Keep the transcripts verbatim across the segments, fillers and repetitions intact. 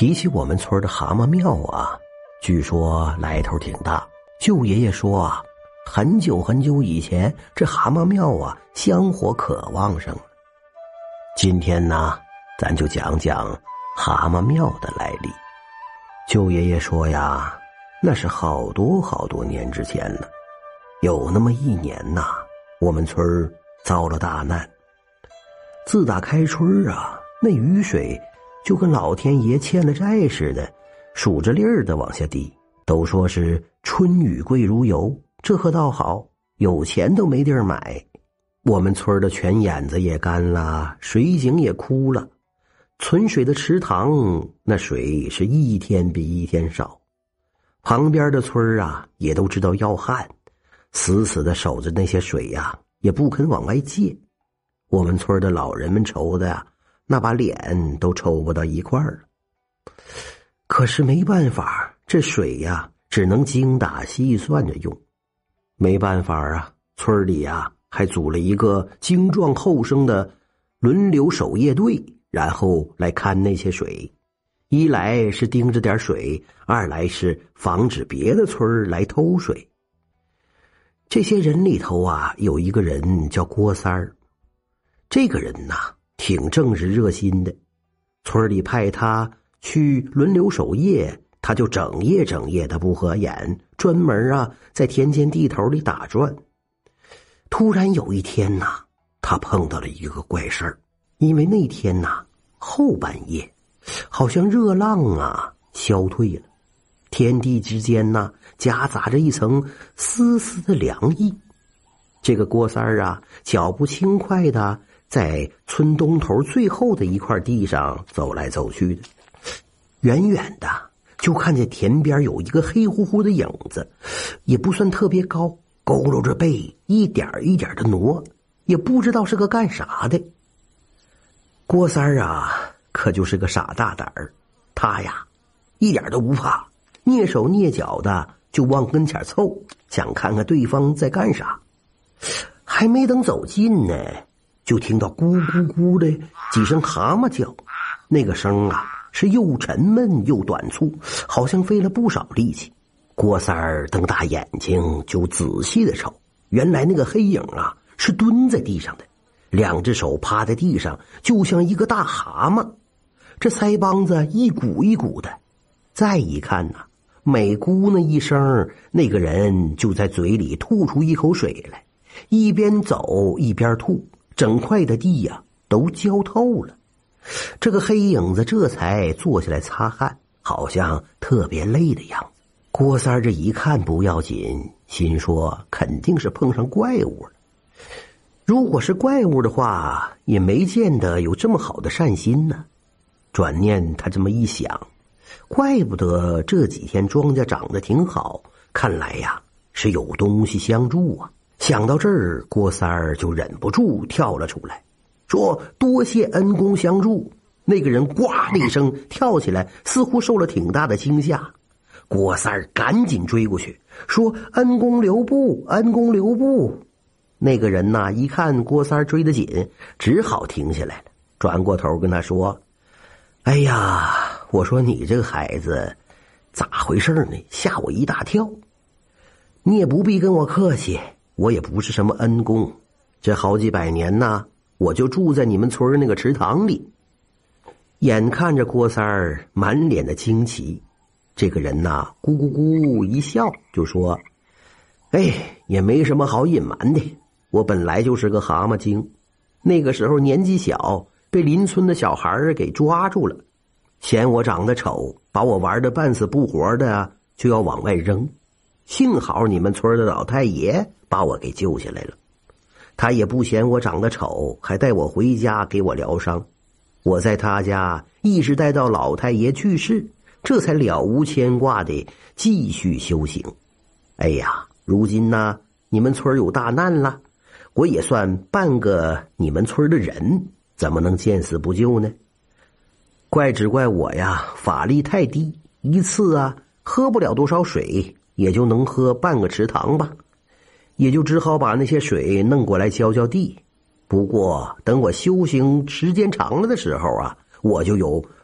提起我们村的蛤蟆庙啊，据说来头挺大。舅爷爷说啊，很久很久以前，这蛤蟆庙啊香火可旺盛了。今天呢，咱就讲讲蛤蟆庙的来历。舅爷爷说呀，那是好多好多年之前了。有那么一年呐，我们村遭了大难。自打开春啊，那雨水就跟老天爷欠了债似的，数着粒儿的往下滴。都说是春雨贵如油，这可倒好，有钱都没地儿买。我们村的泉眼子也干了，水井也枯了，存水的池塘那水是一天比一天少。旁边的村啊也都知道要旱，死死的守着那些水呀，也不肯往外借。我们村的老人们愁的呀，那把脸都抽不到一块儿了。可是没办法，这水呀只能精打细算着用。没办法啊，村里呀还组了一个精壮后生的轮流守夜队，然后来看那些水。一来是盯着点水，二来是防止别的村来偷水。这些人里头啊，有一个人叫郭三儿。这个人呐，挺正直热心的。村里派他去轮流守夜，他就整夜整夜的不合眼，专门啊在田间地头里打转。突然有一天呐，他碰到了一个怪事儿。因为那天呐，后半夜好像热浪啊消退了，天地之间呐夹杂着一层丝丝的凉意。这个郭三儿啊脚步轻快的在村东头最后的一块地上走来走去的，远远的就看见田边有一个黑乎乎的影子，也不算特别高，佝偻着背一点一点的挪，也不知道是个干啥的。郭三儿啊可就是个傻大胆儿，他呀一点都不怕，蹑手蹑脚的就往跟前凑，想看看对方在干啥。还没等走近呢，就听到咕咕咕的几声蛤蟆叫。那个声啊是又沉闷又短促，好像费了不少力气。郭三儿瞪大眼睛就仔细的瞅，原来那个黑影啊是蹲在地上的，两只手趴在地上，就像一个大蛤蟆，这腮帮子一鼓一鼓的。再一看呐、啊，每咕那一声，那个人就在嘴里吐出一口水来，一边走一边吐，整块的地呀、啊、都浇透了。这个黑影子这才坐下来擦汗，好像特别累的样子。郭三儿这一看不要紧，心说肯定是碰上怪物了。如果是怪物的话，也没见得有这么好的善心呢。转念他这么一想，怪不得这几天庄稼长得挺好，看来呀是有东西相助啊。想到这儿，郭三儿就忍不住跳了出来，说多谢恩公相助。那个人呱的一声跳起来，似乎受了挺大的惊吓。郭三儿赶紧追过去，说恩公留步，恩公留步。那个人呐，一看郭三儿追得紧，只好停下来了，转过头跟他说，哎呀，我说你这个孩子咋回事呢，吓我一大跳。你也不必跟我客气，我也不是什么恩公，这好几百年呐，我就住在你们村那个池塘里。眼看着郭三儿满脸的惊奇，这个人呐咕咕咕一笑，就说，哎，也没什么好隐瞒的，我本来就是个蛤蟆精，那个时候年纪小，被邻村的小孩给抓住了，嫌我长得丑，把我玩得半死不活的，就要往外扔。幸好你们村的老太爷把我给救下来了，他也不嫌我长得丑，还带我回家给我疗伤。我在他家一直待到老太爷去世，这才了无牵挂的继续修行。哎呀，如今呢，你们村有大难了，我也算半个你们村的人，怎么能见死不救呢？怪只怪我呀，法力太低，一次啊喝不了多少水，也就能喝半个池塘吧，也就只好把那些水弄过来浇浇地。不过等我修行时间长了的时候啊，我就有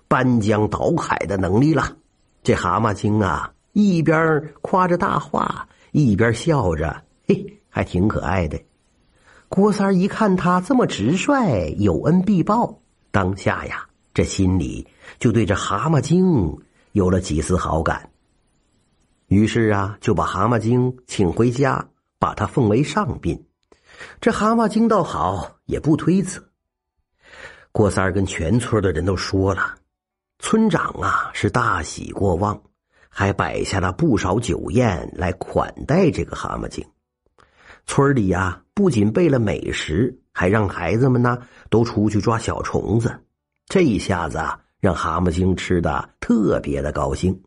搬江倒海的能力了。这蛤蟆精啊，一边夸着大话，一边笑着，嘿，还挺可爱的。郭三儿一看他这么直率，有恩必报，当下呀，这心里就对这蛤蟆精有了几丝好感。于是啊，就把蛤蟆精请回家，把他奉为上宾。这蛤蟆精倒好，也不推辞。郭三儿跟全村的人都说了，村长啊是大喜过望，还摆下了不少酒宴来款待这个蛤蟆精。村里呀，不仅备了美食，还让孩子们呢都出去抓小虫子。这一下子啊，让蛤蟆精吃的特别的高兴。